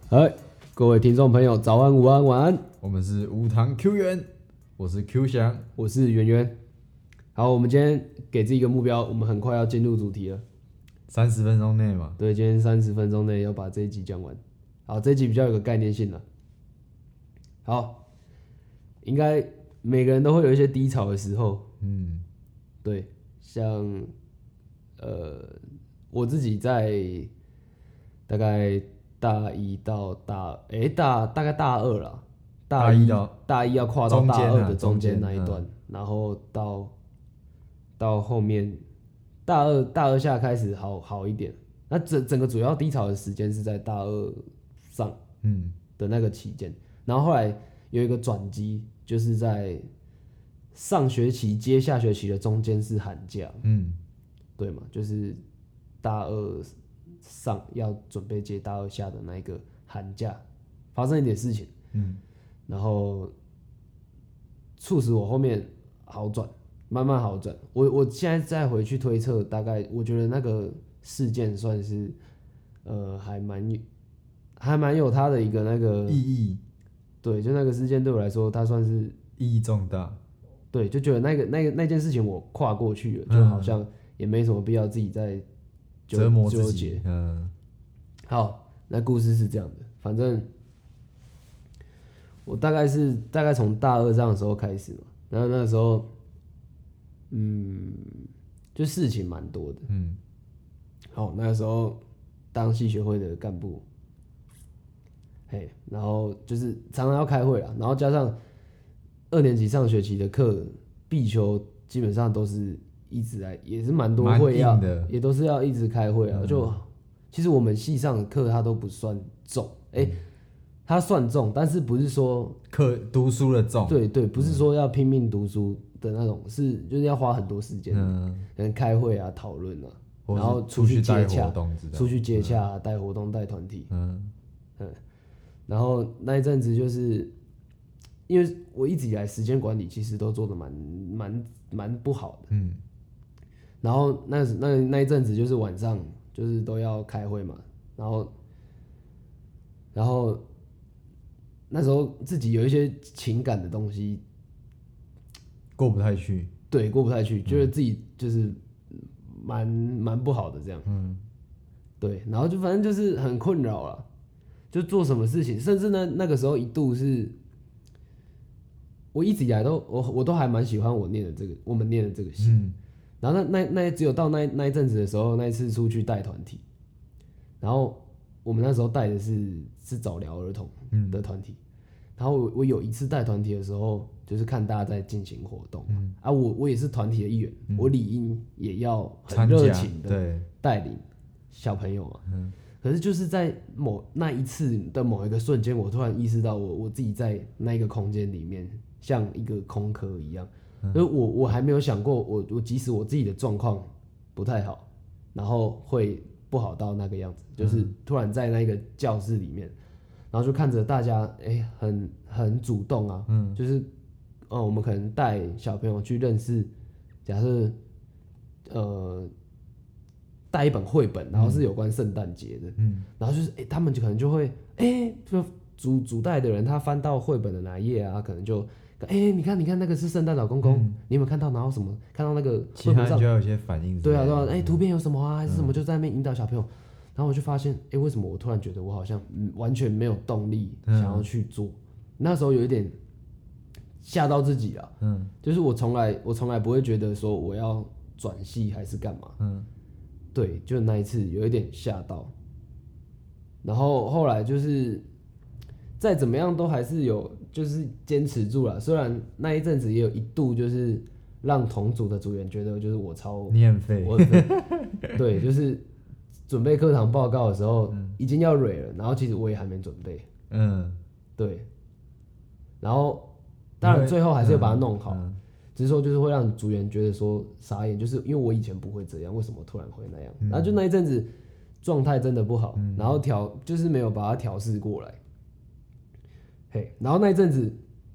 嗨，各位听众朋友，早安、午安、晚安。 我们是无糖 Q 源，我是 Q 翔， 我是圆圆。好，我们今天给自己一个目标，我们很快要进入主题了。 30分钟内嘛。 对，今天30分钟内要把这一集讲完。好，这一集比较有个概念性了。好，应该每个人都会有一些低潮的时候。对，像我自己在大概大一到大概大二啦，大一要跨到大二的中间那一段，然后到后面大二下开始好一点。那整个主要低潮的时间是在大二上的那个期间，然后后来有一个转机，就是在上学期接下学期的中间是寒假，对嘛，就是大二上要准备接大二下的那一个寒假，发生一点事情，然后促使我后面好转，慢慢好转。我现在再回去推测，大概我觉得那个事件算是还蛮有它的一个那个意义。 对，就那个事件对我来说，它算是意义重大。 对，就觉得那件事情我跨过去了，就好像也没什么必要自己再折磨自己。 己。 好，那故事是这样的，反正我大概从大二上的时候开始嘛，然后那个时候，就事情蛮多的。好，那个时候当系学会的干部，然后就是常常要开会啦，然后加上2年级上学期的课必修基本上都是一直来，也是蛮多会要，也都是要一直开会啊。就其实我们系上的课它都不算重，它算重，但是不是说课读书的重， 对，不是说要拼命读书的那种，是就是要花很多时间，可能开会啊、讨论啊，然后出去接洽、带活动、带团体，然后那一阵子就是因为我一直以来时间管理其实都做的蛮不好的，然后那一阵子就是晚上就是都要开会嘛，然后那时候自己有一些情感的东西过不太去， 对，过不太去，觉得自己就是蛮不好的这样，对，然后就反正就是很困扰啦，就做什么事情，甚至呢那个时候一度是，我一直以来我都还蛮喜欢我们念的这个系，然后那只有到那一阵子的时候，那一次出去带团体，然后我们那时候带的是早疗儿童的团体，然后我有一次带团体的时候，就是看大家在进行活动，我也是团体的一员，我理应也要很热情的带领小朋友嘛，可是就是在那一次的某一个瞬间，我突然意识到我自己在那一个空间里面像一个空壳一样，所以我还没有想过我即使我自己的状况不太好，然后会不好到那个样子，就是突然在那个教室里面，然后就看着大家很主动啊，就是我们可能带小朋友去认识，假设带一本绘本，然后是有关圣诞节的，然后就是他们就可能就会就主带的人他翻到绘本的哪一页啊，可能就你看那个是圣诞老公公，你有没有看到？然后什么看到那个其他人就要有些反应， 对啊，图片有什么啊，还是什么，就在那边引导小朋友。然后我就发现，为什么我突然觉得我好像完全没有动力想要去做？那时候有一点吓到自己了，就是我从来不会觉得说我要转系还是干嘛，对，就那一次有一点吓到，然后后来就是再怎么样都还是有就是坚持住了，虽然那一阵子也有一度就是让同组的组员觉得就是你很废， 我很废，对，就是准备课堂报告的时候已经要蕊了，然后其实我也还没准备，对，然后当然最后还是要把它弄好，只是说就是会让组员觉得说傻眼，就是因为我以前不会这样，为什么突然会那样？然后就那一阵子状态真的不好，然后就是没有把它调试过来，然后那一阵子，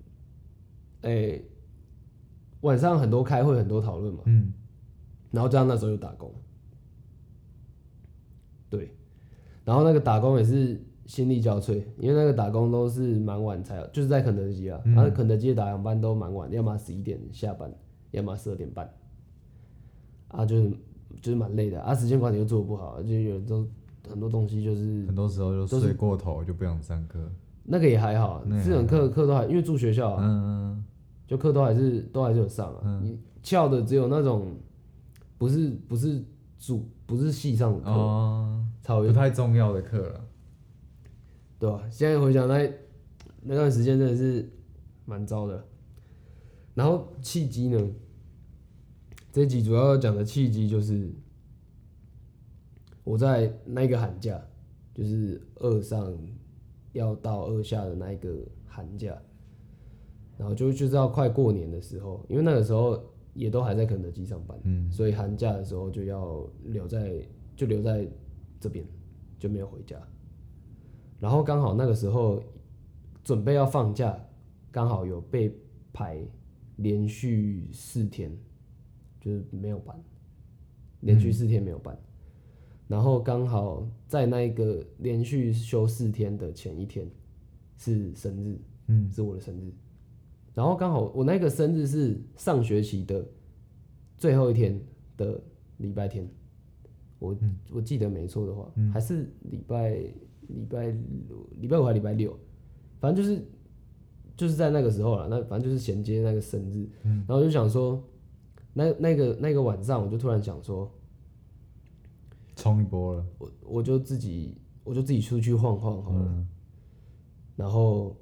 晚上很多开会很多讨论嘛，然后加上那时候有打工，对，然后那个打工也是心力交瘁，因为那个打工都是蛮晚才，就是在肯德基啊，然后肯德基的打烊班都蛮晚，要么11点下班，要么12点半，啊，就是蛮累的，啊，时间管理又做得不好，就有的都很多东西就是很多时候就睡过头就不想上课。 那个也还好，这种课都还，因为住学校啊，就课都还是有上啊，你翘的只有那种不是系上的课， 不太重要的课了， 对吧？现在回想那段时间真的是蛮糟的。然后契机呢，这一集主要讲的契机就是我在那个寒假，就是2上要到2下的那一个寒假，然后就是要快过年的时候，因为那个时候也都还在肯德基上班，所以寒假的时候就要留在这边，就没有回家。然后刚好那个时候准备要放假，刚好有被排连续4天，就是没有班，连续4天没有班。然后刚好在那一个连续休4天的前一天是生日，是我的生日。然后刚好我那个生日是上学期的最后一天的礼拜天，我记得没错的话，还是礼拜5还礼拜6，反正就是在那个时候啦，那反正就是衔接那个生日，然后我就想说，那个晚上我就突然想说， 冲一波了， 我就自己出去晃晃好了，然后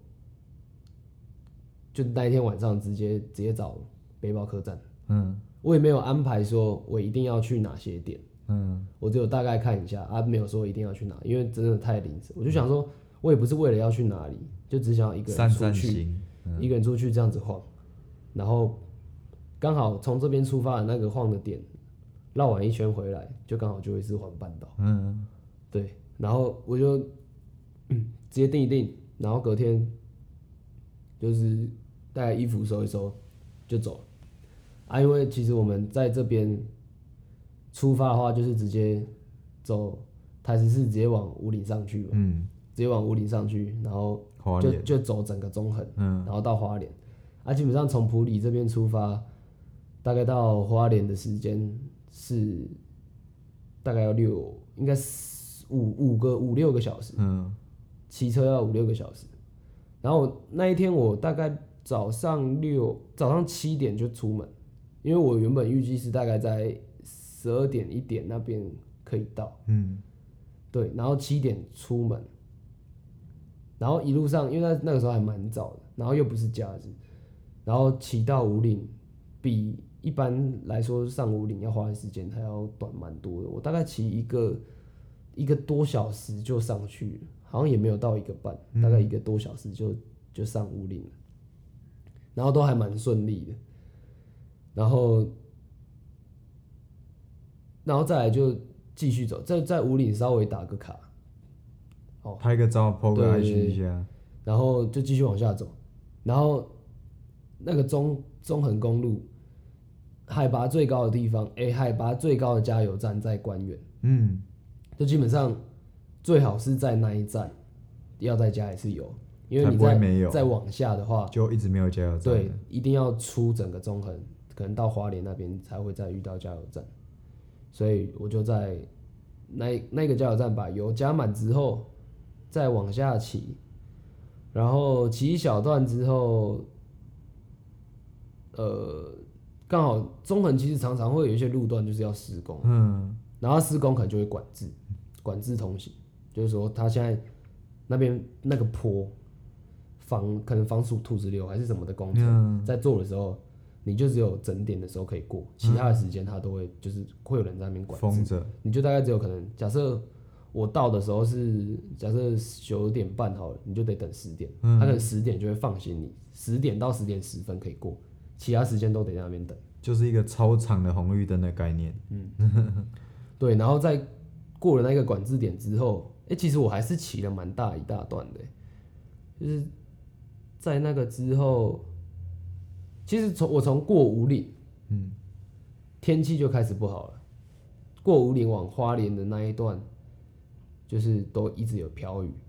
就那一天晚上直接找背包客栈，我也没有安排说我一定要去哪些点，我只有大概看一下啊，没有说一定要去哪，因为真的太临时，我就想说，我也不是为了要去哪里，就只想要一个人出去，一个人出去这样子晃，然后刚好从这边出发的那个晃的点，绕完一圈回来，就刚好就会是环半岛，对，然后我就直接订一订，然后隔天就是大概衣服收一收就走了啊，因为其实我们在这边出发的话，就是直接走台十四，直接往武岭上去，直接往武岭上去，然后就走整个中横，然后到花莲，啊，基本上从埔里这边出发，大概到花莲的时间是大概要应该5、6个小时，骑车要5、6个小时。然后那一天我大概早上7点就出门，因为我原本预计是大概在12点1点那边可以到，对，然后7点出门，然后一路上因为那个时候还蛮早的，然后又不是假日，然后骑到武岭比一般来说上武岭要花的时间还要短蛮多的，我大概骑一个多小时就上去了，好像也没有到1个半，大概1个多小时就上武岭了，然后都还蛮顺利的，然后再来就继续走，在武岭稍微打个卡， 拍个照 po 个 IG 一下， 然后就继续往下走，然后那个中横公路海拔最高的地方，海拔最高的加油站在关原，就基本上最好是在那一站要再加一次油，因为你再往下的话就一直没有加油站， 对，一定要出整个中横，可能到花莲那边才会再遇到加油站，所以我就在那个加油站把油加满之后，再往下骑，然后骑一小段之后，刚好中横其实常常会有一些路段就是要施工，然后施工可能就会管制通行，就是说他现在那边那个坡可能防土石流还是什么的工程，在做的时候，你就只有整点的时候可以过，其他的时间他都会就是会有人在那边管制， 封着， 你就大概只有可能假设我到的时候是假设9点半好了，你就得等10点，他可能10点就会放行你10点到10点10分可以过，其他时间都得在那边等， 就是一个超长的红绿灯的概念。 对，然后在过了那个管制点之后，其实我还是骑了蛮一大段的，就是在那个之后，其实我从过武岭，天气就开始不好了。过武岭往花莲的那一段，就是都一直有飘雨，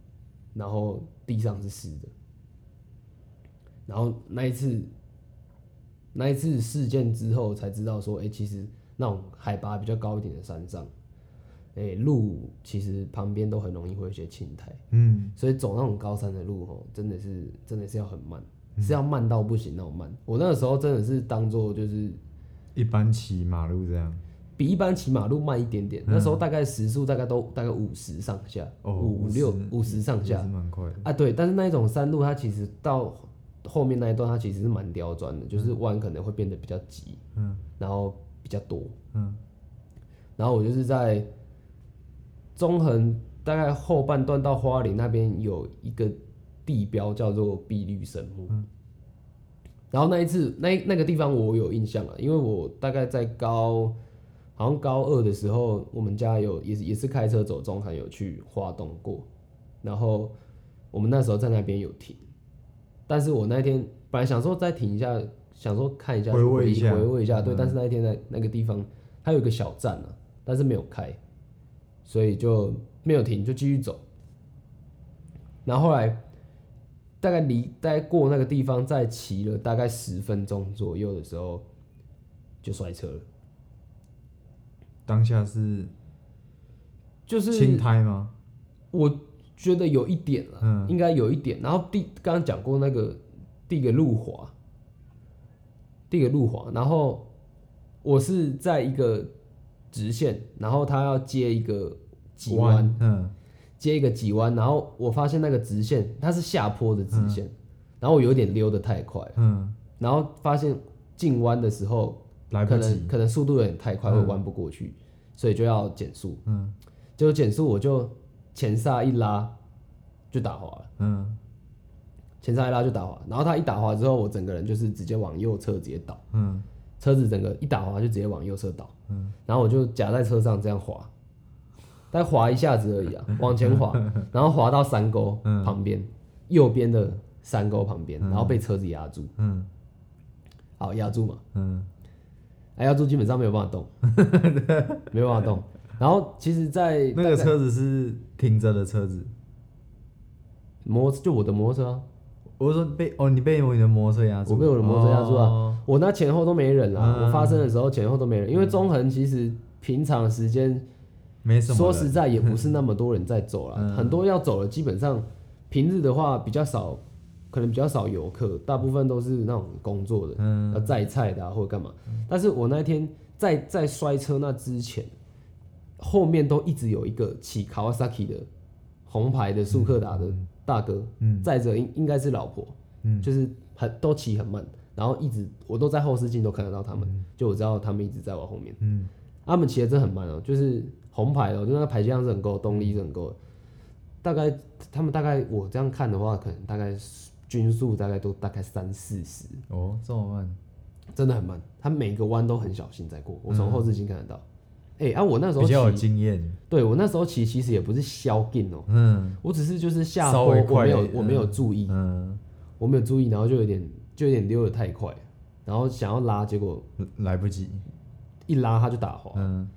然后地上是湿的。然后那一次事件之后才知道说，其实那种海拔比较高一点的山上，路其实旁边都很容易会有一些青苔，所以走那种高山的路真的是要很慢，是要慢到不行那种慢。我那个时候真的是当做就是一般骑马路这样， 比一般骑马路慢一点点。那时候大概时速大概50上下，50上下， 是蛮快的啊。对，但是那一种山路它其实到后面那一段它其实是蛮刁钻的，就是弯可能会变得比较急，然后比较多，然后我就是在中横大概后半段到花莲那边有一个地标叫做碧绿神木，然后那一次那个地方我有印象了，因为我大概在好像高2的时候，我们家也是开车走中横有去花东过，然后我们那时候在那边有停。但是我那天本来想说再停一下，想说看一下回味一下，对。但是那一天那个地方它有一个小站啊，但是没有开，所以就没有停，就继续走。然后后来大概过那个地方，再骑了大概10分钟左右的时候，就摔车了。 当下是就是青苔吗？ 我觉得有一点了，应该有一点。然后刚刚讲过那个第一个路滑，然后我是在一个直线，然后他要接一个急弯，接一个急弯，然后我发现那个直线它是下坡的直线，然后我有点溜得太快，然后发现进弯的时候可能速度有点太快，会弯不过去，所以就要减速，结果减速我就前刹一拉就打滑了，前刹一拉就打滑，然后他一打滑之后，我整个人就是直接往右侧直接倒，车子整个一打滑就直接往右侧倒，然后我就夹在车上这样滑，但滑一下子而已啊，往前滑，然后滑到山沟旁边，右边的山沟旁边，然后被车子压住，好压住嘛，压住基本上没有办法动，没有办法动。然后其实，在那个车子是停着的车子， 就我的摩托车啊。 我说你被你的摩托车压住， 我被我的摩托车压住啊！我那前后都没人啦，我发生的时候前后都没人，因为中横其实平常时间没什么， 说实在也不是那么多人在走啦，很多要走的基本上平日的话比较少，可能比较少游客，大部分都是那种工作的，要载菜的或者干嘛。但是我那天在摔车那之前，后面都一直有一个骑 Kawasaki 的红牌的速克达的大哥，载着应该是老婆，就是都骑很慢，然后一直我都在后视镜都看得到他们，就我知道他们一直在我后面，他们骑的真的很慢哦，就是红牌哦，就那个排气量是很够，动力是很够的，他们大概我这样看的话，可能大概均速大概30-40， 哦，这么慢， 真的很慢，他每个弯都很小心在过，我从后视镜看得到。我那时候比较有经验， 对我那时候骑其实也不是削劲哦，我只是就是下坡我没有注意，我没有注意，然后就有点溜得太快，然后想要拉，结果来不及， 一拉它就打滑，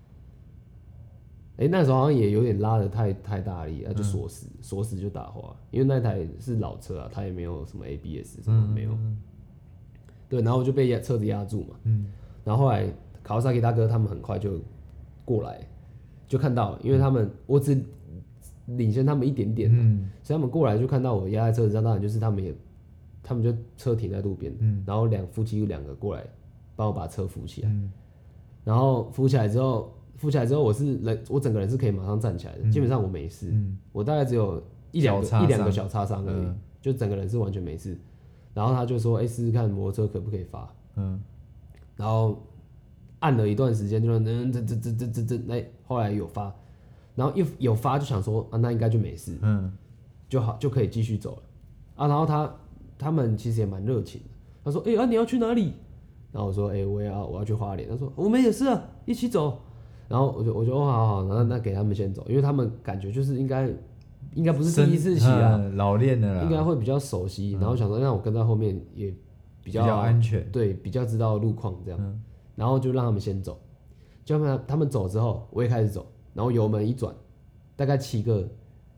那时候好像也有点拉得太大力，就锁死就打滑，因为那台是老车啊，它也没有什么 ABS 什么没有，对，然后我就被车子压住嘛，然后后来Kawasaki大哥他们很快就过来，就看到，因为我只领先他们一点点，所以他们过来就看到我压在车子上，当然就是他们就车停在路边，然后夫妻2个过来帮我把车扶起来，然后扶起来之后我整个人是可以马上站起来的，基本上我没事，我大概只有一两个小擦伤而已，就整个人是完全没事。然后他就说，试试看摩托车可不可以发，然后按了一段时间，就后来有发，然后有发就想说那应该就没事，就好就可以继续走了啊。然后他们其实也蛮热情的，他说你要去哪里？然后我说我要去花莲，他说我们也是啊，一起走。然后我就好，那给他们先走，因为他们感觉就是应该不是第一次骑啊， 老练的啦， 应该会比较熟悉。然后想说让我跟在后面也比较安全， 对，比较知道路况这样。然后就让他们先走，就他们走之后，我也开始走，然后油门一转，大概骑个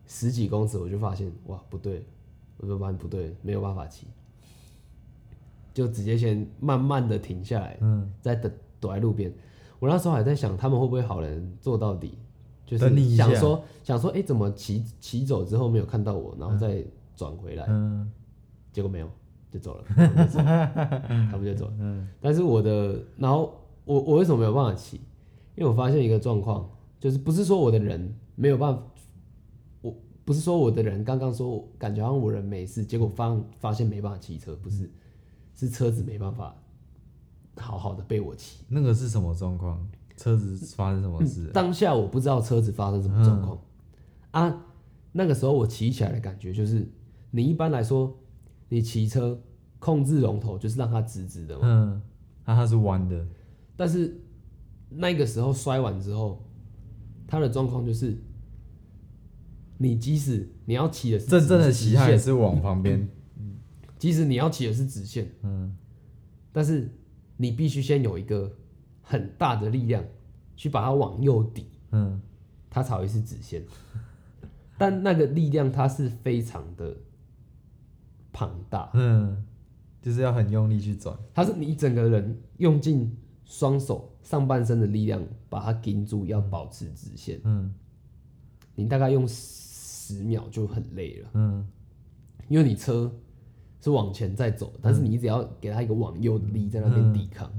10几公尺，我就发现哇不对，我就发现不对，没有办法骑，就直接先慢慢的停下来，再躲在路边。我那时候还在想，他们会不会好人做到底，就是想说，怎么骑走之后没有看到我，然后再转回来，结果没有，就走了，他们就走了。但是然后我为什么没有办法骑？因为我发现一个状况，就是不是说我的人没有办法，不是说我的人刚刚说感觉好像我人没事，结果发现没办法骑车，不是，是车子没办法好好的被我骑。 那个是什么状况？车子发生什么事？ 当下我不知道车子发生什么状况啊。那个时候我骑起来的感觉就是，你一般来说，你骑车控制龙头就是让它直直的嘛， 它是弯的。 但是那个时候摔完之后，它的状况就是，你即使你要骑的是真正的骑，它也是往旁边。 即使你要骑的是直线，但是你必须先有一个很大的力量去把它往右抵，它才会是直线。但那个力量它是非常的庞大， 就是要很用力去转。 它是你整个人用尽双手上半身的力量把它盯住，要保持直线。你大概用10秒就很累了，因为你车是往前在走，但是你只要给它一个往右的力在那边抵抗。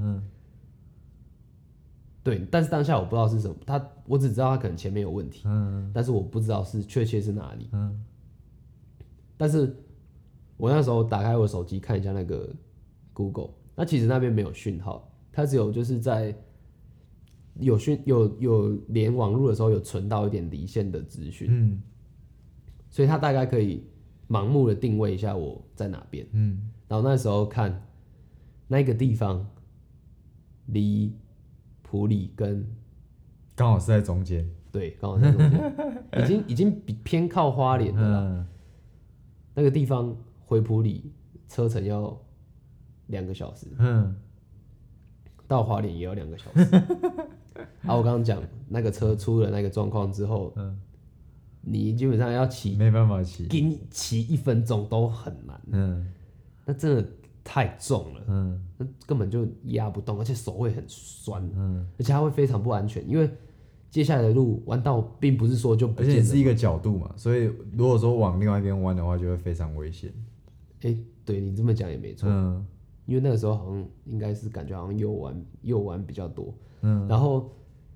对，但是当下我不知道是什么，我只知道它可能前面有问题，但是我不知道确切是哪里。但是我那时候打开我手机看一下那个 Google， 那其实那边没有讯号，它只有就是在有连网络的时候有存到一点离线的资讯，所以它大概可以盲目的定位一下我在哪边。然后那时候看那个地方离埔里跟刚好是在中间， 对，刚好在中间，已经比偏靠花莲了啦。那个地方回埔里车程要2个小时，到花莲也要2个小时。我刚刚讲那个车出了那个状况之后，你基本上要骑， 没办法骑， 骑1分钟都很难。那真的太重了，那根本就压不动，而且手会很酸，而且它会非常不安全，因为接下来的路弯道并不是说就不见了， 而且是一个角度嘛，所以如果说往另外一边弯的话，就会非常危险。 对你这么讲也没错，因为那个时候好像应该是感觉好像右弯比较多，然后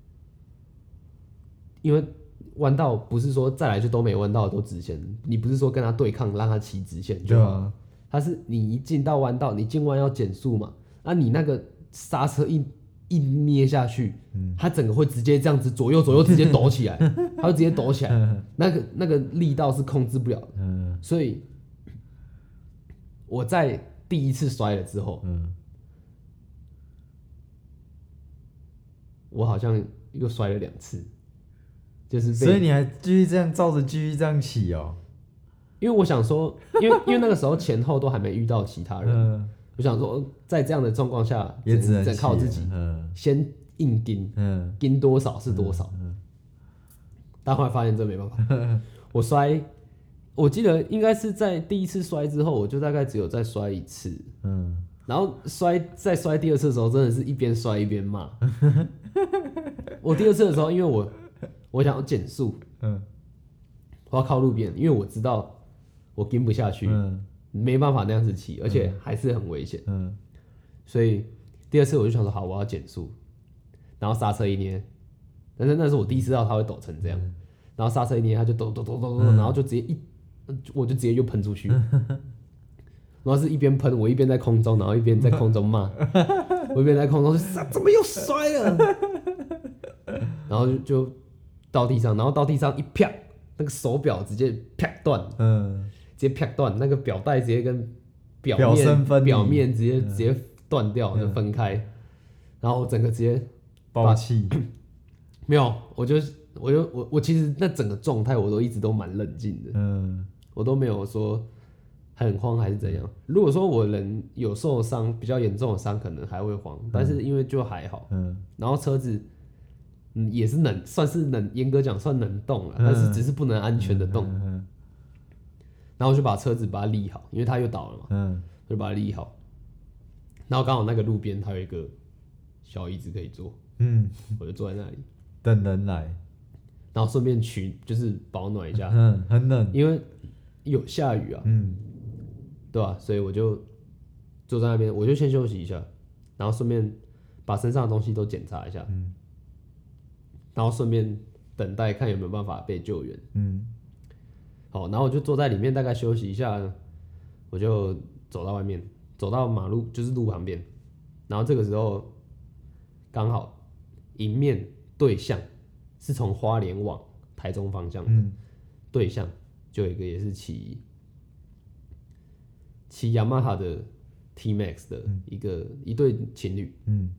因为弯道不是说再来就都没弯道都直线，你不是说跟他对抗让他骑直线就好，它是你一进到弯道，你进弯要减速嘛，你那个刹车一捏下去，它整个会直接这样子左右直接抖起来，它会直接抖起来，那个力道是控制不了的，所以我在第一次摔了之后，我好像又摔了2次，就是所以你还继续这样照着继续这样骑哦。 因为我想说，因为那个时候前后都还没遇到其他人，我想说在这样的状况下， 也只能靠自己，先硬盯多少是多少。但后来发现真没办法，我记得应该是在第一次摔之后，我就大概只有再摔1次，然后再摔第2次的时候，真的是一边摔一边骂。我第2次的时候，因为我想要减速，我要靠路边，因为我知道我跟不下去，没办法那样子骑，而且还是很危险，所以第2次我就想说好，我要减速，然后刹车一捏，但是那是我第一次知道它会抖成这样，然后刹车一捏，它就抖，然后就直接我就直接又喷出去，然后是一边喷，我一边在空中，然后一边在空中骂，我一边在空中说怎么又摔了，然后就到地上，然后到地上一啪，那个手表直接啪断，直接啪断，那个表带直接跟表面直接断掉，就分开，然后我整个直接爆气， 没有，我其实那整个状态我都一直都蛮冷静的，我都没有说很慌还是怎样。如果说我人有受伤比较严重的伤，可能还会慌，但是因为就还好，然后车子也是算是严格讲算能动了，但是只是不能安全的动。然后我就把车子把它立好，因为它又倒了嘛，就把它立好。然后刚好那个路边它有一个小椅子可以坐，我就坐在那里等人来， 然后顺便就是保暖一下， 很冷， 因为有下雨啊，对吧？所以我就坐在那边，我就先休息一下，然后顺便把身上的东西都检查一下，然后顺便等待看有没有办法被救援，好，然后我就坐在里面大概休息一下，我就走到外面，走到马路就是路旁边，然后这个时候刚好迎面对向是从花莲往台中方向的，对向就有一个也是骑雅马哈的 T Max 的一对情侣，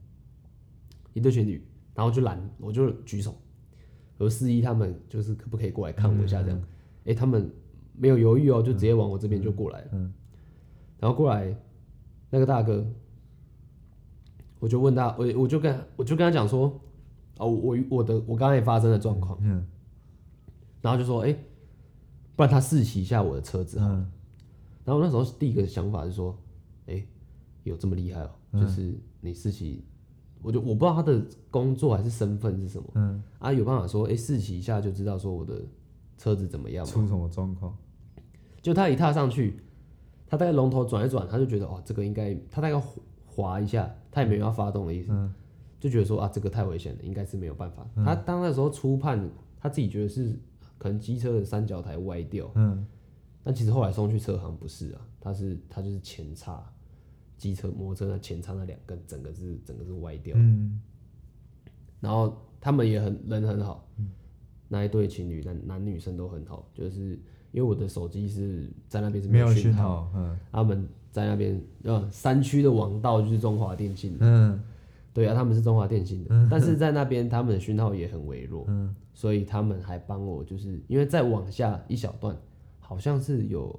然后我就举手，我就示意他们就是可不可以过来看我一下这样，他们没有犹豫哦，就直接往我这边就过来了，然后过来那个大哥，我就问他，我就跟他讲说，我刚才发生的状况，然后就说，不然他试骑一下我的车子好了，然后那时候第一个想法是说，有这么厉害哦，就是你试骑，我不知道他的工作还是身份是什么，有办法说，试骑一下就知道说我的车子怎么样吗？ 出什么状况？ 就他一踏上去，他大概龙头转一转，他就觉得这个应该他大概滑一下，他也没有要发动的意思，就觉得说这个太危险了，应该是没有办法。他当那时候初判，他自己觉得是可能机车的三角台歪掉，但其实后来送去车行不是啊，他就是前叉机车摩托车的前叉那两根整个是歪掉，然后他们也人很好，那一对情侣男女生都很好，就是因为我的手机是在那边是没有讯号，他们在那边山区的网道就是中华电信的，对啊，他们是中华电信的，但是在那边他们的讯号也很微弱，所以他们还帮我，就是因为再往下一小段，好像是有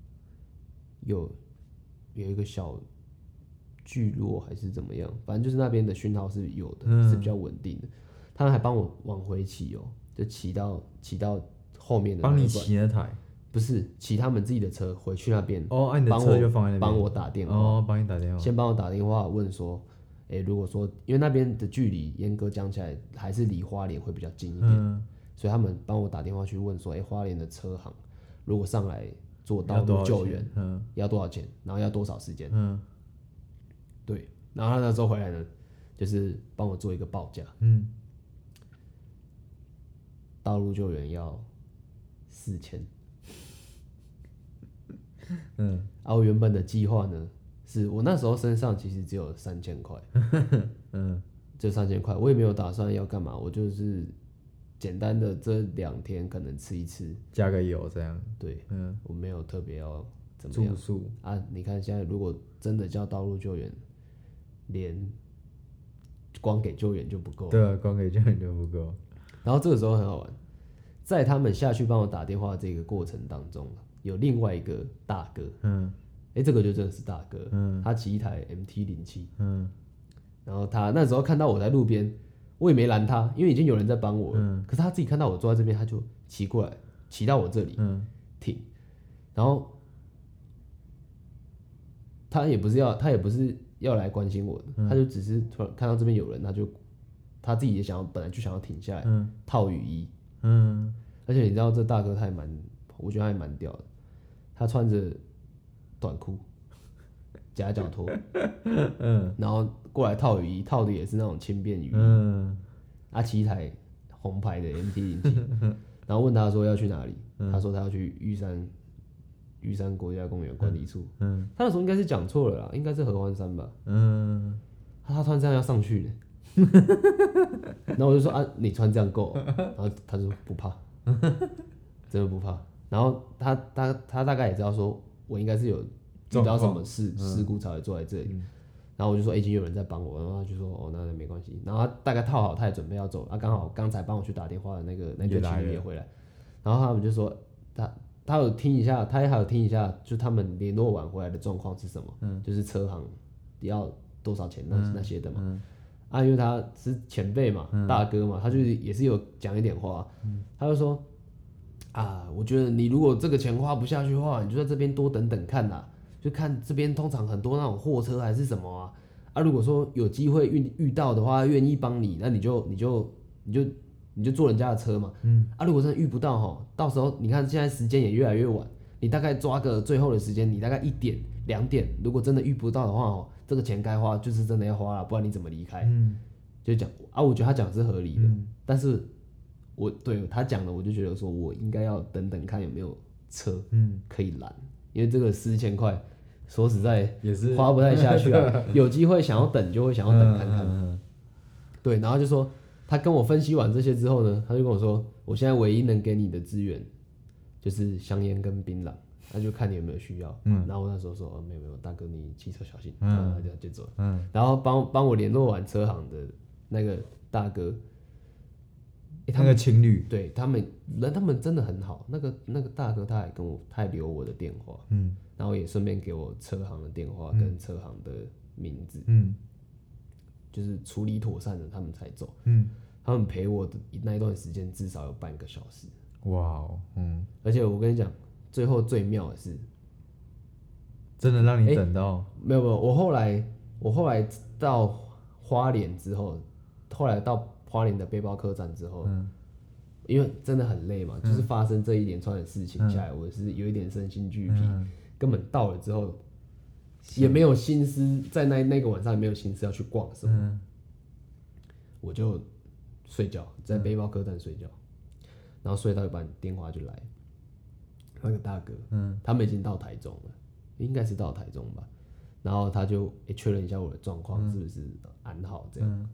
一个小聚落还是怎么样，反正就是那边的讯号是有的，是比较稳定的。他们还帮我往回骑就骑到后面的那一段。帮你骑那台？ 不是，骑他们自己的车回去那边。 你的车就放在那边。 帮我打电话。 帮你打电话。 先帮我打电话问说，如果说因为那边的距离严格讲起来还是离花莲会比较近一点，所以他们帮我打电话去问说，花莲的车行如果上来做道路救援，要多少钱，然后要多少时间？对，然后他那时候回来呢，就是帮我做一个报价，道路救援要4000，我原本的计划呢，是我那时候身上其实只有3000块，就3000块，我也没有打算要干嘛，我就是简单的这2天可能吃一吃， 加个油这样， 对，我没有特别要怎么样住宿啊，你看现在如果真的叫道路救援，连光给救援就不够， 对啊，光给救援就不够。 然后这个时候很好玩，在他们下去帮我打电话这个过程当中，有另外一个大哥，这个就真的是大哥，他骑一台 MT-07，然后他那时候看到我在路边，我也没拦他，因为已经有人在帮我了，可是他自己看到我坐在这边，他就骑过来，骑到我这里，停，然后他也不是要来关心我的，他就只是突然看到这边有人，他自己也本来就想要停下来，套雨衣，而且你知道这大哥我觉得他还蛮屌的，他穿着短裤，夹脚拖，然后过来套雨衣，套的也是那种轻便雨衣，骑一台红牌的 MT-07，然后问他说要去哪里，他说他要去玉山国家公园管理处，他那时候应该是讲错了啦，应该是合欢山吧，他穿这样要上去的。然后我就说你穿这样够，然后他就说不怕，真的不怕。然后他大概也知道说我应该是有遇到什么事故才会坐在这里，然后我就说已经有人在帮我，然后他就说那没关系。然后他大概套好，他也准备要走，刚好刚才帮我去打电话的那对情侣也回来，然后他们就说他有听一下，他还有听一下，就他们联络完回来的状况是什么，就是车行要多少钱那些的嘛。 因为他是前辈嘛，大哥嘛，他就是也是有讲一点话，他就说我觉得你如果这个钱花不下去的话，你就在这边多等等看啦，就看这边通常很多那种货车还是什么如果说有机会遇到的话，愿意帮你，那你就坐人家的车嘛，如果真的遇不到到时候你看现在时间也越来越晚，你大概抓个最后的时间，你大概1点2点，如果真的遇不到的话这个钱该花就是真的要花了，不然你怎么离开？就讲我觉得他讲的是合理的，但是我对他讲的，我就觉得说我应该要等等看有没有车可以拦，因为这个4000块，说实在也是花不太下去啊。有机会想要等就会想要等看看，对，然后就说他跟我分析完这些之后呢，他就跟我说，我现在唯一能给你的资源就是香烟跟槟榔。那就看你有没有需要，然后我那时候说没有，大哥你骑车小心，就走了，然后帮我联络完车行的那个大哥， 那个情侣， 对他们真的很好，那个大哥他还留我的电话，然后也顺便给我车行的电话跟车行的名字，就是处理妥善了他们才走，他们陪我的那一段时间至少有半个小时， 哇哦， 而且我跟你讲。最后最妙的是， 真的让你等到？ 没有，我后来到花莲之后，后来到花莲的背包客栈之后，因为真的很累嘛，就是发生这一连串的事情下来，我是有一点身心俱疲，根本到了之后也没有心思，在那个晚上也没有心思要去逛什么，我就睡觉，在背包客栈睡觉，然后睡到一半电话就来。那个大哥，他们已经到台中了，应该是到台中吧。然后他就确认一下我的状况是不是安好这样。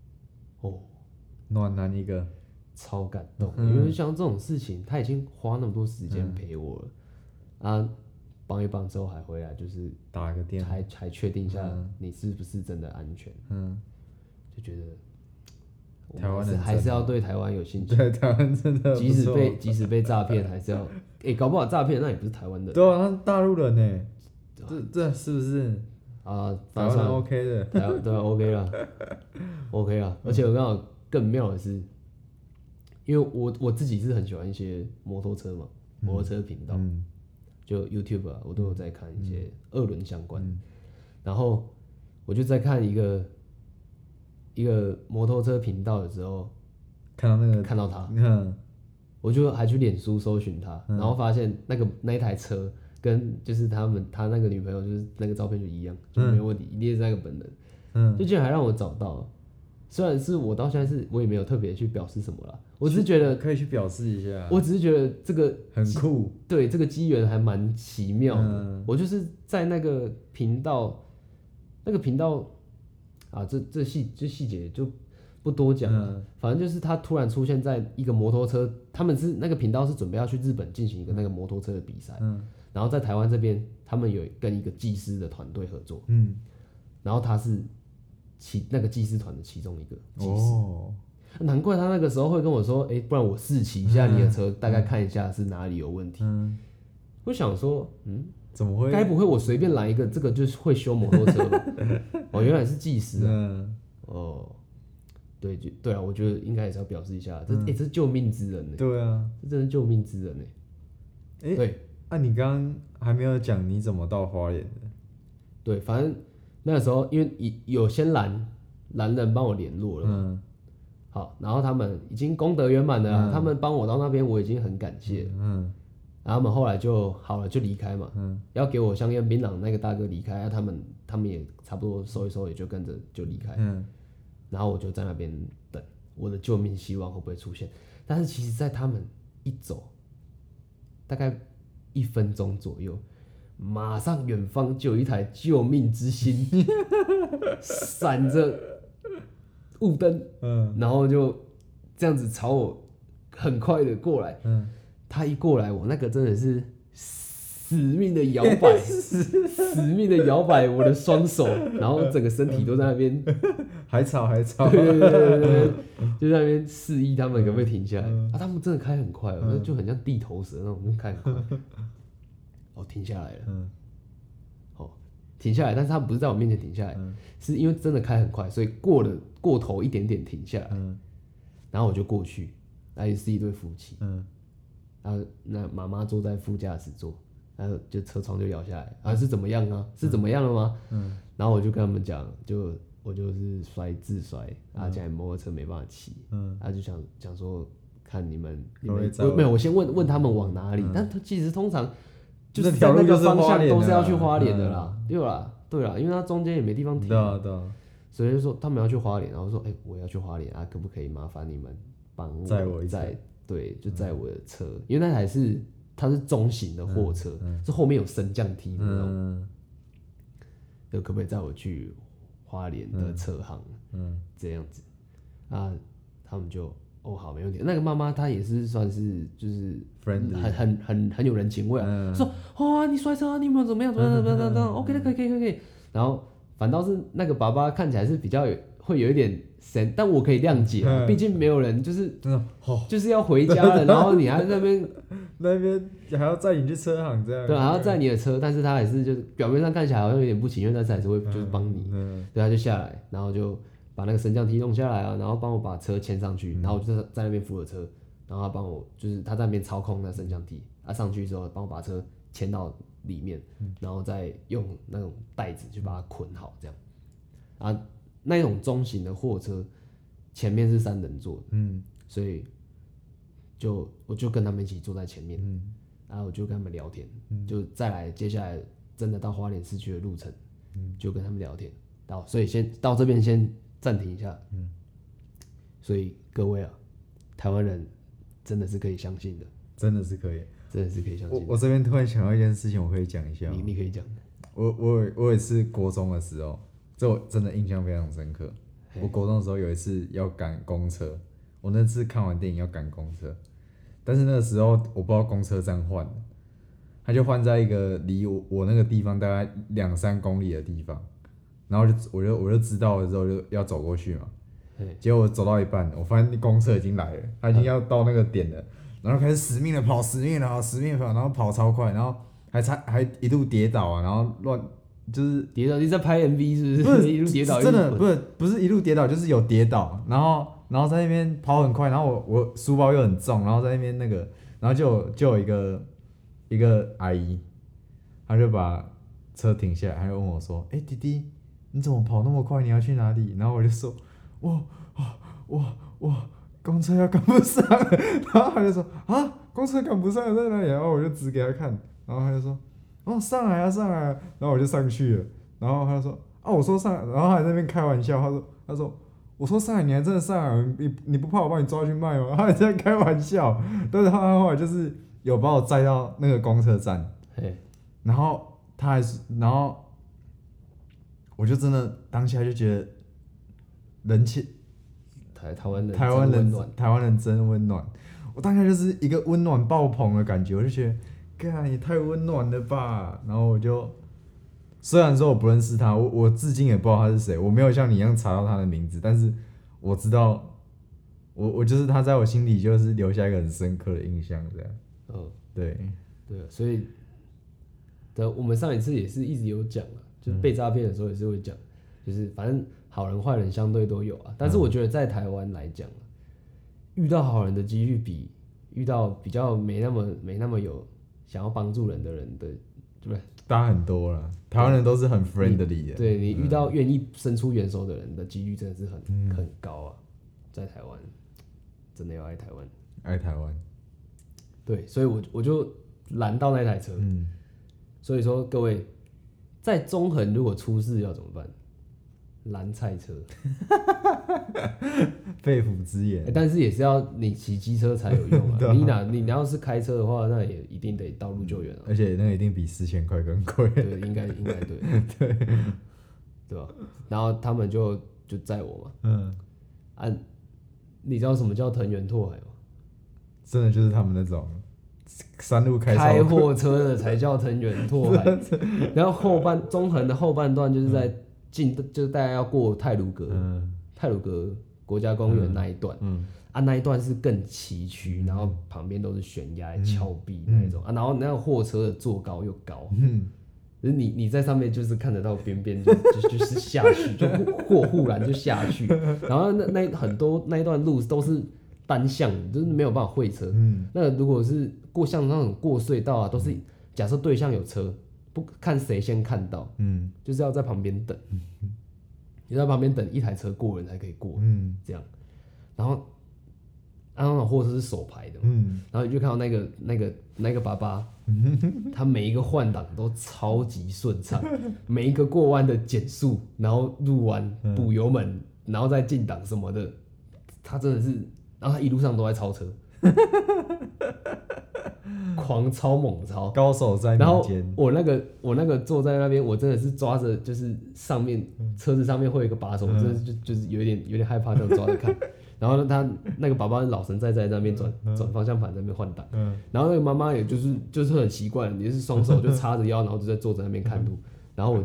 暖男一个， 超感动，因为像这种事情，他已经花那么多时间陪我了，帮一帮之后还回来，就是打个电话， 还确定一下你是不是真的安全，就觉得。 台湾人还是要对台湾有兴趣。 对，台湾真的即使被诈骗，还是要搞不好诈骗那也不是台湾的。 对啊，他大陆人呢，这是不是台湾人 OK 的？ 对 OK 啦，OK 啦。而且我刚好更妙的是，因为我自己是很喜欢一些摩托车嘛，摩托车频道，就 YouTube 我都有在看一些2轮相关，然后我就在看一个摩托车频道的时候，看到他，我就还去脸书搜寻他，然后发现那一台车跟就是他那个女朋友就是那个照片就一样，就没有问题，一定是那个本人，就竟然还让我找到了。虽然是我到现在我也没有特别去表示什么啦，我只是觉得可以去表示一下，我只是觉得这个很酷， 对，这个机缘还蛮奇妙的。我就是在那个频道这细节就不多讲了，反正就是他突然出现在一个摩托车，他们是那个频道是准备要去日本进行一个那个摩托车的比赛，然后在台湾这边他们有跟一个技师的团队合作，然后他是那个技师团的其中一个技师，难怪他那个时候会跟我说，不然我试骑一下你的车，大概看一下是哪里有问题。我想说， 怎么会？ 该不会我随便来一个，这个就是会修摩托车吧？原来是技师啊！对啊，我觉得应该也是要表示一下，这是救命之恩呢。 对啊， 这真是救命之恩呢。对， 你刚刚还没有讲你怎么到花莲的？ 对，反正那个时候因为有先拦人帮我联络了嘛，好，然后他们已经功德圆满了，他们帮我到那边我已经很感谢了，然后他们后来就好了就离开嘛，要给我香烟槟榔那个大哥离开，他们也差不多收一收，也就跟着就离开，然后我就在那边等我的救命希望会不会出现，但是其实在他们一走大概1分钟左右，马上远方就有一台救命之星闪着雾灯，然后就这样子朝我很快的过来，他一过来，我那个真的是死命的摇摆，死命的摇摆我的双手，然后整个身体都在那边海草， 对，就在那边示意他们可不可以停下来他们真的开很快，就很像地头蛇那种，就开很快，停下来了， 停下来，但是他不是在我面前停下来，是因为真的开很快，所以过头一点点停下来，然后我就过去，然后也是一对夫妻，然后那妈妈坐在副驾驶座，然后就车窗就摇下来，啊是怎么样啊？是怎么样了吗？然后我就跟他们讲，我就是自摔，然后现在摩托车没办法骑，然后就想说看你们没有，我先问他们往哪里，但他其实通常就是在那个方向都是要去花莲的啦，对啦，因为它中间也没地方停， 对啊， 所以就说他们要去花莲，然后说我要去花莲啊，可不可以麻烦你们帮我载？对，就载我的车，因为那台它是中型的货车，是后面有升降梯的那种，就可不可以载我去花莲的车行？这样子啊，他们就好没问题。那个妈妈她也是算是就是很有人情味啊，说你摔车啊，你有没有怎么样？OK 的，可以。然后反倒是那个爸爸看起来是比较会有一点神，但我可以谅解啊，毕竟没有人就是要回家了，然后你还在那边还要载你去车行这样， 对，还要载你的车，但是他还是就是表面上看起来好像有点不情愿，但是还是会就是帮你，对，他就下来，然后就把那个升降梯弄下来啊，然后帮我把车牵上去，然后我就在那边扶着车，然后他帮我就是他在那边操控那升降梯，上去之后帮我把车牵到里面，然后再用那种带子去把它捆好这样，啊。那种中型的货车前面是3人座的，所以我就跟他们一起坐在前面，然后我就跟他们聊天，就再来接下来真的到花莲市区的路程，就跟他们聊天，所以先到这边先暂停一下，所以各位啊，台湾人真的是可以相信的， 真的是可以相信的。 我这边突然想到一件事情，我可以讲一下， 你可以讲。 我也是国中的时候。这我真的印象非常深刻。我国中的时候有一次要赶公车，我那次看完电影要赶公车，但是那个时候我不知道公车站换了，他就换在一个离我那个地方大概2-3公里的地方，然后我就知道了之后就要走过去嘛，结果我走到一半，我发现公车已经来了，他已经要到那个点了，然后开始死命的跑，然后跑超快，然后还一度跌倒啊，然后就是跌倒，你在拍 MV 是不是？一路跌倒， 真的不是一路跌倒，就是有跌倒，然后在那边跑很快，然后我书包又很重，然后在那边然后就有一个阿姨，她就把车停下来，她就问我说：“弟弟，你怎么跑那么快？你要去哪里？”然后我就说：“我公车要赶不上了。”然后她就说：“啊，公车赶不上了在哪里？”然后我就指给她看，然后她就说。上来啊！然后我就上去了，然后他就说我说上来，然后他在那边开玩笑，他说我说上来，你还真的上来，你不怕我帮你抓去卖吗？他还在开玩笑，但是他后来就是有把我载到那个公车站，然后然后我就真的当下就觉得人气台湾人真温暖，我当下就是一个温暖爆棚的感觉，我就觉得。干也太温暖了吧！然后我就，虽然说我不认识他，我至今也不知道他是谁，我没有像你一样查到他的名字，但是我知道，我就是他在我心里就是留下一个很深刻的印象，这样。对， 所以，我们上一次也是一直有讲啊，就是被诈骗的时候也是会讲，就是反正好人坏人相对都有啊，但是我觉得在台湾来讲，遇到好人的几率比遇到比较没那么有。想要帮助人的人的，对不对？ 大很多了，台湾人都是很 friendly 的。 对你遇到愿意伸出援手的人的几率真的是很高啊，在台湾真的要爱台湾， 爱台湾。 对，所以我就拦到那台车。所以说各位在中横如果出事要怎么办？拦菜车， 肺腑之言。 但是也是要你骑机车才有用啊。你要是开车的话，那也一定得道路救援啊。 而且那个一定比4000块更贵。 对，应该对。对吧？然后他们就载我嘛。你知道什么叫藤原拓海吗？ 真的就是他们那种山路开货车的才叫藤原拓海。然后中横的后半段就是在。就是大家要过太鲁阁国家公园那一段，那一段是更崎岖，然后旁边都是悬崖峭壁那一种，然后那个货车的座高又高， 就是你在上面就是看得到边边就是下去，就忽然就下去，然后那很多那一段路都是单向，就是没有办法会车。那如果是像那种过隧道啊，都是假设对向有车，不看谁先看到，就是要在旁边等，你在旁边等一台车过人才可以过，这样，然后。那种货车是手排的嘛，然后你就看到那个爸爸，他每一个换挡都超级顺畅，每一个过弯的减速，然后入弯补油门，然后再进档什么的，他真的是，然后他一路上都在超车，狂超猛超， 高手在然后民间。 我那个坐在那边，我真的是抓着，就是上面车子上面会有一个把手，我真的是就是有点害怕这样抓着看。然后他那个爸爸老神在在那边转方向盘在那边换挡，然后那个妈妈也就是很习惯，也是双手就叉着腰，然后就在坐在那边看路。然后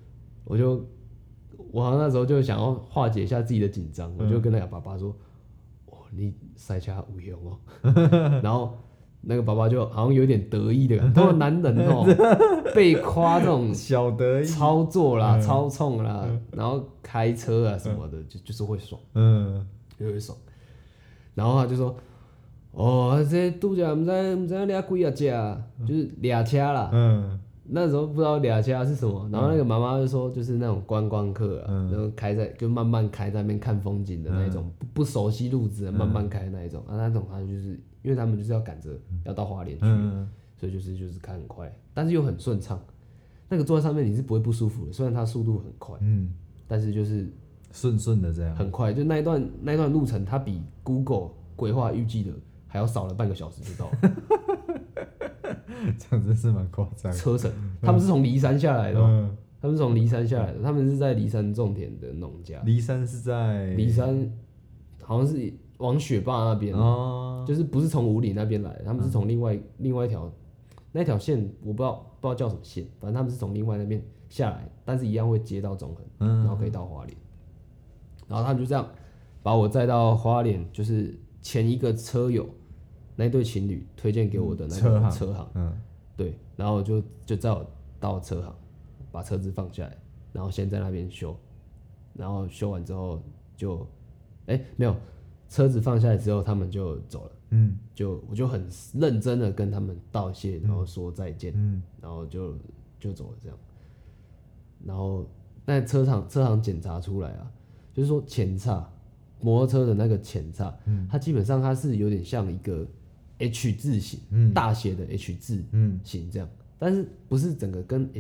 我好像那时候就想要化解一下自己的紧张，我就跟那个爸爸说：“哦，你赛车有用哦。”然后那个爸爸就好像有点得意的感觉，通常男人哦被夸这种小得意操作啦、操纵啦，然后开车啊什么的，就是会爽。就会爽，然后他就说：“哦，这拄则唔知俩几啊架，就是俩车啦。”那时候不知道俩车是什么，然后那个妈妈就说，就是那种观光客啊，然后就慢慢开在那边看风景的那种，不熟悉路子的慢慢开的那一种，那种他就是因为他们就是要赶着要到花莲去，所以就是开很快，但是又很顺畅。那个坐在上面你是不会不舒服的，虽然它速度很快，但是就是顺的这样， 很快。就那一段路程，它比 Google 规划预计的还要少了半个小时就到了。 这样真是蛮夸张。 车程，他们是从梨山下来的，他们是从梨山下来的，他们是在梨山种田的农家。 梨山是在梨山，好像是往雪霸那边，就是不是从武岭那边来的，他们是从另外一条那条线，我不知道叫什么线，反正他们是从另外那边下来，但是一样会接到中横，然后可以到花莲。然后他们就这样把我载到花莲，就是前一个车友那对情侣推荐给我的那个车行，对，然后就载我到车行，把车子放下来，然后先在那边修，然后修完之后就，没有，车子放下来之后他们就走了，我就很认真的跟他们道谢，然后说再见，然后就走了这样，然后那车行检查出来啊。就是说前叉，摩托车的那个前叉，它基本上它是有点像一个 H 字形，大写的 H 字形这样，但是不是整个跟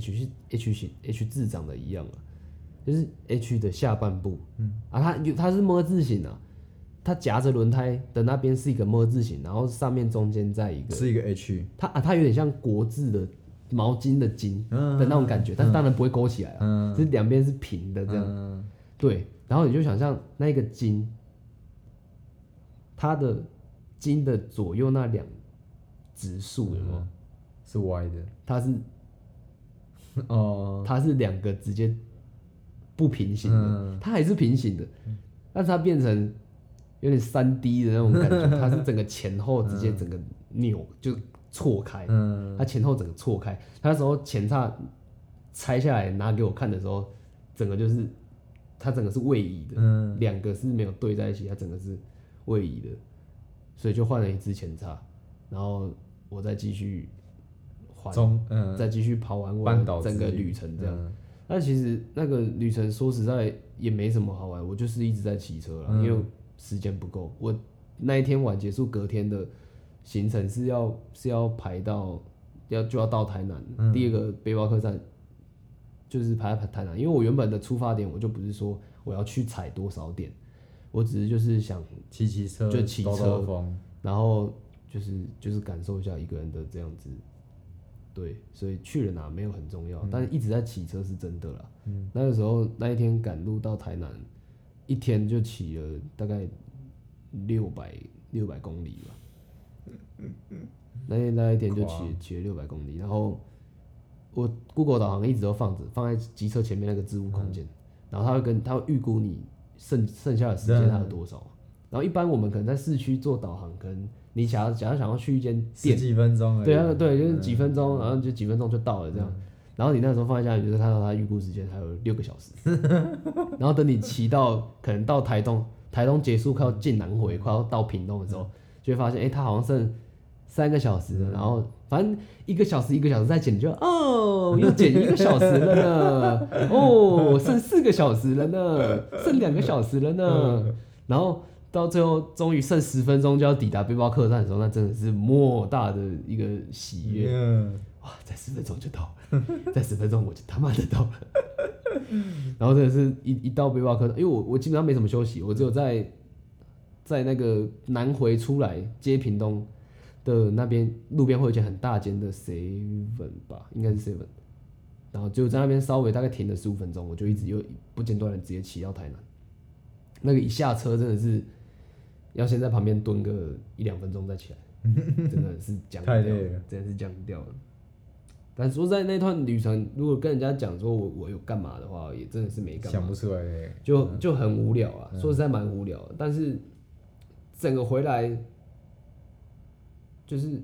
H 字长得一样啊，就是 H 的下半部，它是么字形啊，它夹着轮胎的那边是一个么字形，然后上面中间再一个是一个 H， 它有点像国字的毛巾的巾的那种感觉，但是当然不会勾起来啊，就是两边是平的这样，对。然后你就想象那个筋，它的筋的左右那两指数有没有？ 是歪的。 它是两个直接不平行的，它还是平行的，但是它变成有点3D 的那种感觉，它是整个前后直接整个扭就错开，它前后整个错开。它那时候前叉拆下来拿给我看的时候，整个就是。它整个是位移的，两个是没有对在一起，它整个是位移的，所以就换了一支前叉，然后我再继续再继续跑完我整个旅程这样。但其实那个旅程说实在也没什么好玩，我就是一直在骑车啦，因为时间不够。我那一天晚结束，隔天的行程是要排到就要到台南，第二个背包客栈。就是排在台南，因为我原本的出发点我就不是说我要去踩多少点，我只是就是想骑车， 就骑车， 风然后就是感受一下一个人的这样子，对，所以去了哪没有很重要，但是一直在骑车是真的啦。那个时候那一天赶路到台南，一天就骑了大概600公里吧，那一天就骑了600公里，然后。我 Google 导航一直都放在机车前面那个置物空间，然后它会预估你剩下的时间它有多少，然后一般我们可能在市区做导航，可能你假如想要去一间店， 10几分钟而已， 对，就是几分钟，然后就几分钟就到了这样，然然后你那时候放在家里，就是看到它预估时间还有6个小时，然后等你骑到可能到台东结束快要进南回，快要到屏东的时候，就会发现它好像剩3个小时了，然后反正1个小时再减，就又减1个小时了呢，剩4个小时了呢，剩2个小时了呢，然后到最后终于剩10分钟就要抵达背包客栈的时候，那真的是莫大的一个喜悦。哇，再10分钟就到了，再10分钟我就他妈的到了。然后真的是一到背包客栈，因为我基本上没什么休息，我只有在那个南回出来接屏东的那边路边会有一间很大间的 Seven 吧，应该是 Seven， 然后就在那边稍微大概停了15分钟，我就一直又不间断的直接骑到台南。那个一下车真的是要先在旁边蹲个1-2分钟再起来，真的是僵掉了，真的是僵掉了。但说在那段旅程，如果跟人家讲说我有干嘛的话，也真的是没干嘛， 想不出来， 就很无聊啊。说实在蛮无聊的，但是整个回来就是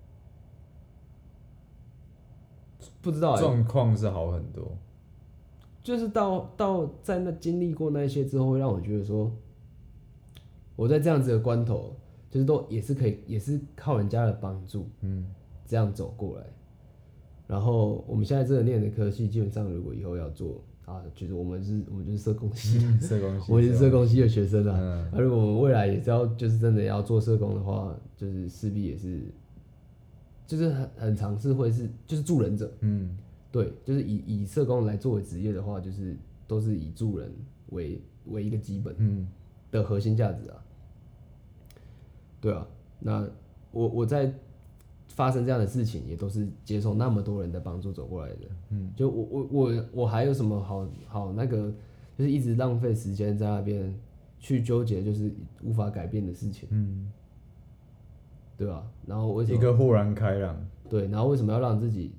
不知道状况是好很多。 就是到在那经历过那些之后，会让我觉得说，我在这样子的关头，就是都也是可以，也是靠人家的帮助，这样走过来。然后我们现在这个念的科系，基本上如果以后要做啊，就是我们就是社工系，我们是社工系的学生啊。如果我们未来也是要就是真的要做社工的话，就是势必也是，就是很尝试会是就是助人者，对，就是以社工来作为职业的话，就是都是以助人为一个基本的核心价值啊。对啊，那我在发生这样的事情，也都是接受那么多人的帮助走过来的。就我还有什么好那个，就是一直浪费时间在那边去纠结，就是无法改变的事情。对吧？然后为什么一个豁然开朗？ 对，然后为什么要让自己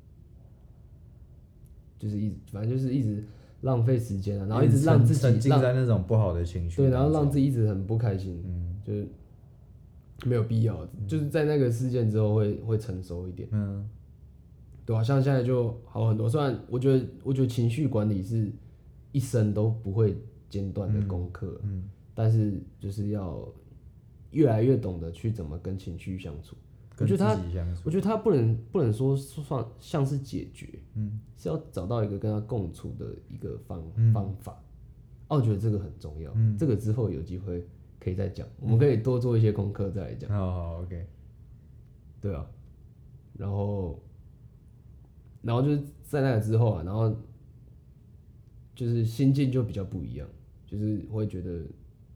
就是反正就是一直浪费时间啊，然后一直让自己沉浸在那种不好的情绪， 对，然后让自己一直很不开心，就是没有必要，就是在那个事件之后会成熟一点，对吧？像现在就好很多，虽然我觉得情绪管理是一生都不会间断的功课，但是就是要越来越懂得去怎么跟情绪相处。我觉得他不能说算像是解决，是要找到一个跟他共处的一个方法。我觉得这个很重要，这个之后有机会可以再讲，我们可以多做一些功课再来讲。 好 ，OK。 对啊，然后就是在那个之后啊，然后就是心境就比较不一样，就是会觉得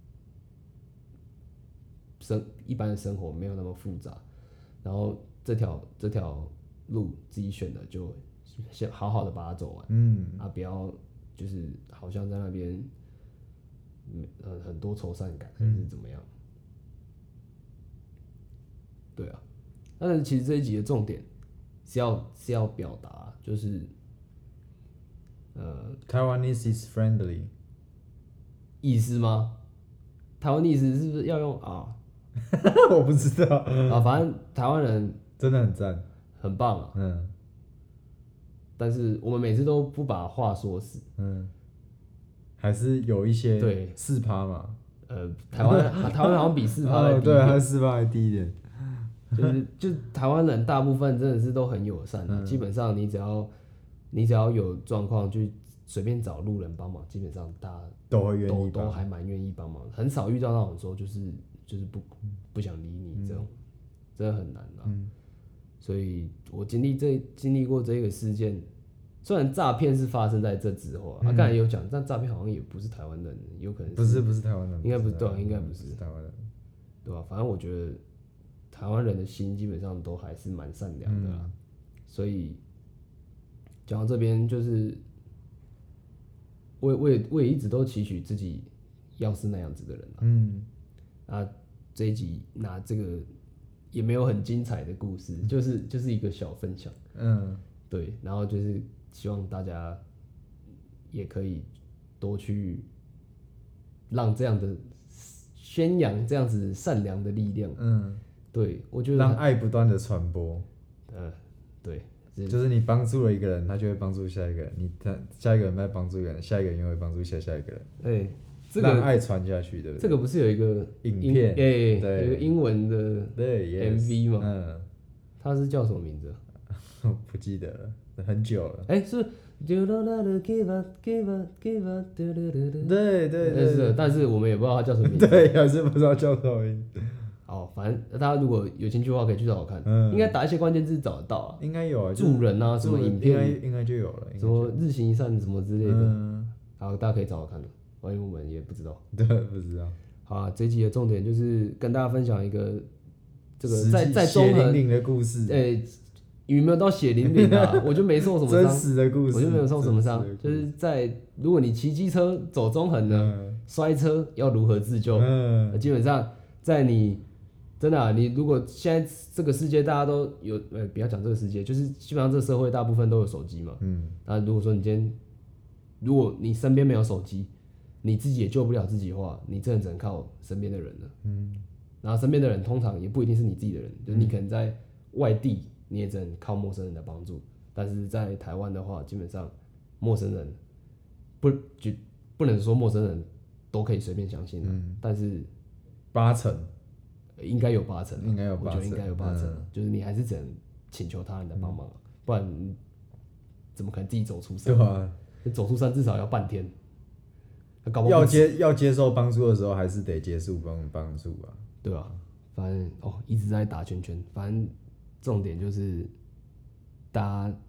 一般的生活没有那么复杂。然后这条路自己选的，就先好好的把它走完，不要就是好像在那边，很多愁善感还是怎么样，对啊。但是其实这一集的重点是要表达，就是 Taiwanese is friendly， 意思吗？台湾意思是不是要用啊？ 我不知道反正台湾人真的很赞， 很棒啊。但是我们每次都不把话说死， 还是有一些对 4%嘛。 台湾好像比4%还低一点， 对，还是4%还低一点。 就是台湾人大部分真的是都很友善的，基本上你只要有状况，就随便找路人帮忙，基本上大家都会愿意， 都还蛮愿意帮忙，很少遇到那种说就是不想理你这种，真的很难啊。所以我经历过这个事件，虽然诈骗是发生在这之后刚才有讲，但诈骗好像也不是台湾人，有可能不是台湾人， 应该不对，应该不是台湾人， 对吧？反正我觉得台湾人的心基本上都还是蛮善良的啦，所以讲到这边，就是我也一直都期许自己要是那样子的人这一集拿这个也没有很精彩的故事，就是一个小分享，对，然后就是希望大家也可以多去让这样的宣扬这样子善良的力量，对我觉得让爱不断的传播， 对， 就是你帮助了一个人，他就会帮助下一个人，下一个人再帮助一个人，下一个人又会帮助下一个人， 哎， 让爱传下去，对不对？ 这个不是有一个影片，对， 有一个英文的对 MV 吗？ 嗯， 它是叫什么名字？ 我不记得了，很久了。 哎，是 You don't have to give up, give up, give up， 对， 是，但是我们也不知道它叫什么名字。 对，还是不知道叫什么名字。 好，反正大家如果有兴趣的话，可以去找找看。应该打一些关键字找得到啊。 应该有啊， 助人啊，什么影片， 应该就有了。 什么日行一善什么之类的。好，大家可以找找看的。万一我们也不知道。 对，不知道。 好啊，这一集的重点就是跟大家分享一个这个在血淋淋的故事。 有没有到血淋淋啊？我就没受什么伤， 真实的故事， 我就没有受什么伤。就是如果你骑机车走中横呢，摔车要如何自救？基本上在你真的你如果现在这个世界大家都有，不要讲这个世界，就是基本上这个社会大部分都有手机嘛。那如果说如果你身边没有手机，你自己也救不了自己的话，你真的只能靠身边的人了。然后身边的人通常也不一定是你自己的人，就是你可能在外地。你也只能靠陌生人的帮助，但是在台湾的话，基本上陌生人不能说陌生人都可以随便相信的，但是 80% 应该有80%， 应该有80%， 我觉得应该有80%，就是你还是只能请求他人的帮忙，不然怎么可能自己走出山？ 对啊， 走出山至少要半天， 要接受帮助的时候，还是得接受帮助啊， 对吧？反正一直在打圈圈，反正。重点就是大家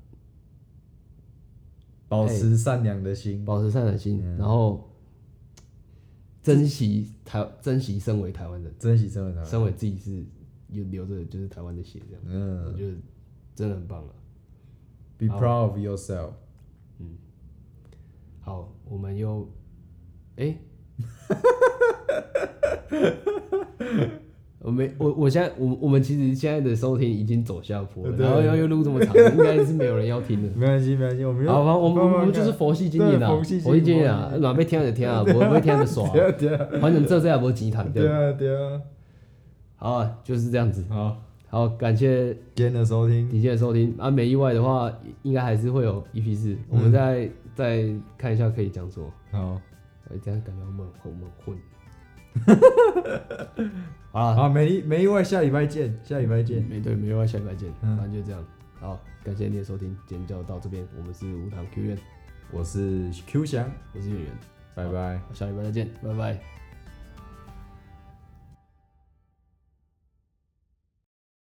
保持善良的心， 然后珍惜身为台湾人，身为自己是流着就是台湾的血这样，我觉得真的很棒了。 Be proud of yourself。 好，我们又我们其实现在的收听已经走下坡了，然后又录这么长，应该是没有人要听的。 没关系，我们我们就是佛系经营啊，佛系经营啊，哪要听就听啊，不会听就耍。反正这也无钱赚， 对啊。 好啊，就是这样子。好，感谢今天的收听啊，没意外的话，应该还是会有EP4，我们再看一下可以讲什么。 好， 这样感觉我们混。 好，没意外，下礼拜见。 没意外，下礼拜见。反正就这样。好，感谢你的收听，今天就到这边。我们是无糖 Q 院， 我是 Q 翔， 我是圆圆， 拜拜， 下礼拜再见，拜拜。